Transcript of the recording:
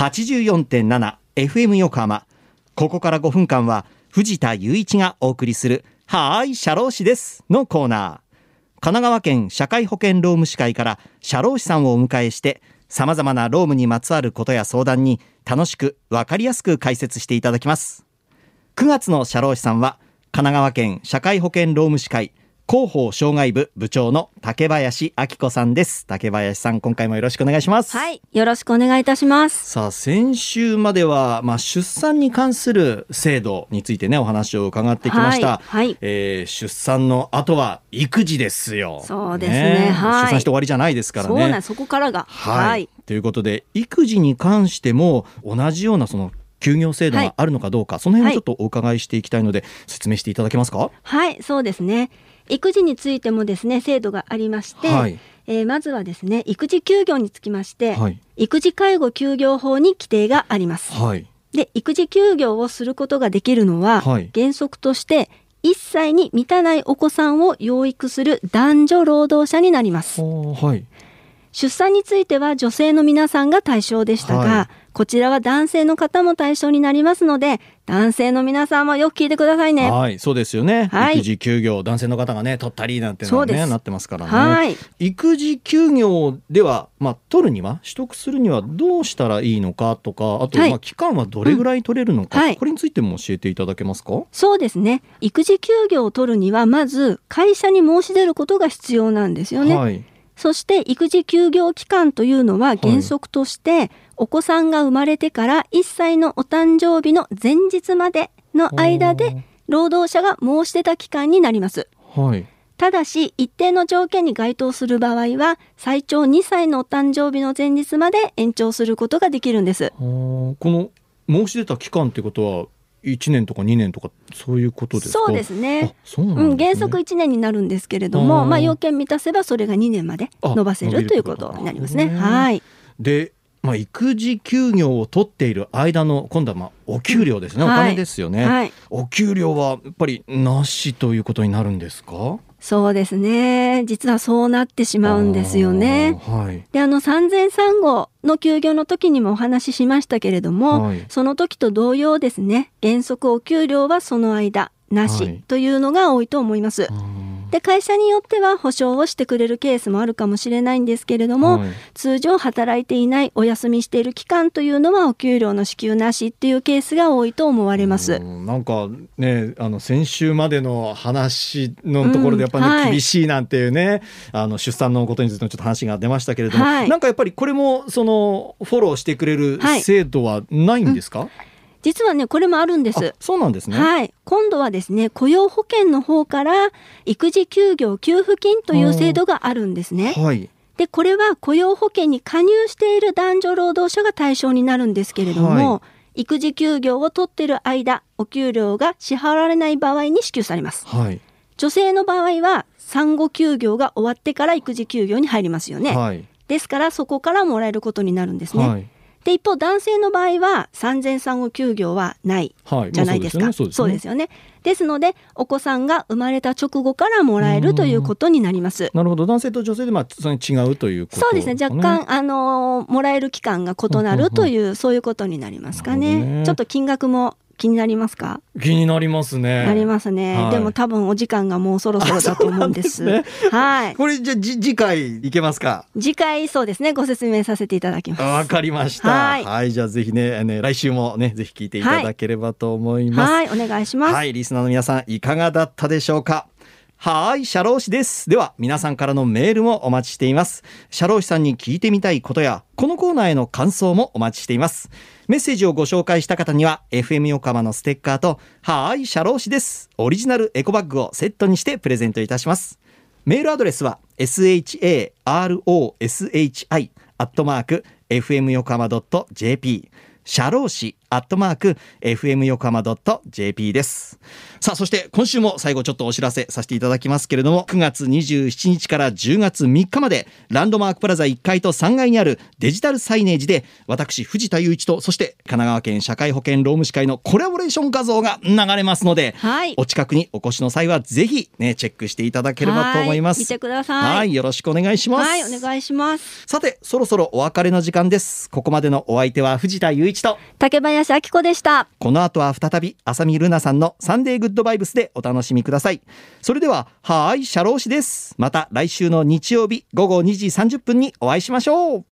84.7 FM 横浜。ここから5分間は藤田雄一がお送りするはーい社労士ですのコーナー。神奈川県社会保険労務士会から社労士さんをお迎えして、さまざまな労務にまつわることや相談に楽しく分かりやすく解説していただきます。9月の社労士さんは神奈川県社会保険労務士会広報障害部部長の竹林明子さんです。竹林さん、今回もよろしくお願いします。 はい、よろしくお願いいたします。 さあ、先週までは、出産に関する制度についてね、お話を伺ってきました。 はい、 出産の後は育児ですよ。 そうですね。はい、 出産して終わりじゃないですからね。 そうなん、そこからが。 はい。ということで、育児に関しても同じようなその休業制度があるのかどうか、その辺をちょっとお伺いしていきたいので、説明していただけますか？ はい、そうですね。育児についてもですね、制度がありまして、まずはですね、育児休業につきまして、育児介護休業法に規定があります。で、育児休業をすることができるのは、原則として1歳に満たないお子さんを養育する男女労働者になります。出産については女性の皆さんが対象でしたが、こちらは男性の方も対象になりますので、男性の皆さんもよく聞いてくださいね。 はい、そうですよね。育児休業、男性の方がね取ったりなんてのはねなってますからね。育児休業では、取るには取得するにはどうしたらいいのかとか、あと、期間はどれぐらい取れるのか、これについても教えていただけますか？ そうですね。育児休業を取るにはまず会社に申し出ることが必要なんですよね。そして育児休業期間というのは原則として、お子さんが生まれてから1歳のお誕生日の前日までの間で労働者が申し出た期間になります。ただし一定の条件に該当する場合は最長2歳のお誕生日の前日まで延長することができるんです。 この申し出た期間ということは1年とか2年とかそういうことですか？ そうですね。 そうなんですね。 原則1年になるんですけれども、要件満たせばそれが2年まで伸ばせるということになりますね。 で、育児休業を取っている間の今度はお給料ですね。お金ですよね。お給料はやっぱりなしということになるんですか？ そうですね。実はそうなってしまうんですよね。で、産前産後の休業の時にもお話ししましたけれども、その時と同様ですね、原則お給料はその間なしというのが多いと思います。で、会社によっては保証をしてくれるケースもあるかもしれないんですけれども、通常働いていないお休みしている期間というのはお給料の支給なしっていうケースが多いと思われます。 なんかね、先週までの話のところでやっぱり、厳しいなんていうね、出産のことについてのちょっと話が出ましたけれども、なんかやっぱりこれもそのフォローしてくれる制度はないんですか？ 実はね、これもあるんです。 そうなんですね。 今度はですね、雇用保険の方から育児休業給付金という制度があるんですね。で、これは雇用保険に加入している男女労働者が対象になるんですけれども、育児休業を取っている間、お給料が支払われない場合に支給されます。女性の場合は産後休業が終わってから育児休業に入りますよね。ですからそこからもらえることになるんですね。で、一方男性の場合は産前産後休業はないじゃないですか。そうですよね。ですのでお子さんが生まれた直後からもらえるということになります。 なるほど。男性と女性でそれ違うということ、 そうですね。若干もらえる期間が異なるという、そういうことになりますかね。ちょっと金額も気になりますか？ 気になりますね。 なりますね。でも多分お時間がもうそろそろだと思うんです。 これじゃあ次回いけますか？ 次回そうですね、ご説明させていただきます。 わかりました。じゃあぜひね、来週もねぜひ聞いていただければと思います。 お願いします。 リスナーの皆さんいかがだったでしょうか？社労士です。では皆さんからのメールもお待ちしています。社労士さんに聞いてみたいことやこのコーナーへの感想もお待ちしています。メッセージをご紹介した方には FM 横浜のステッカーと社労士ですオリジナルエコバッグをセットにしてプレゼントいたします。メールアドレスは sharoshi@fm 横浜 .jp 社労士@fm 横浜 .jp です。 さあ、そして今週も最後ちょっとお知らせさせていただきますけれども、9月27日から10月3日までランドマークプラザ1階と3階にあるデジタルサイネージで、私藤田雄一と、そして神奈川県社会保険労務士会のコラボレーション画像が流れますので、はい、お近くにお越しの際はぜひね、チェックしていただければと思います。 見てください。 はい、よろしくお願いします。 はい、お願いします。 さて、そろそろお別れの時間です。ここまでのお相手は藤田雄一と竹林明子でした。 この後は再び浅見ルナさんのサンデーグッドバイブスでお楽しみください。それでは、はい、社労士です。また来週の日曜日午後2時30分にお会いしましょう。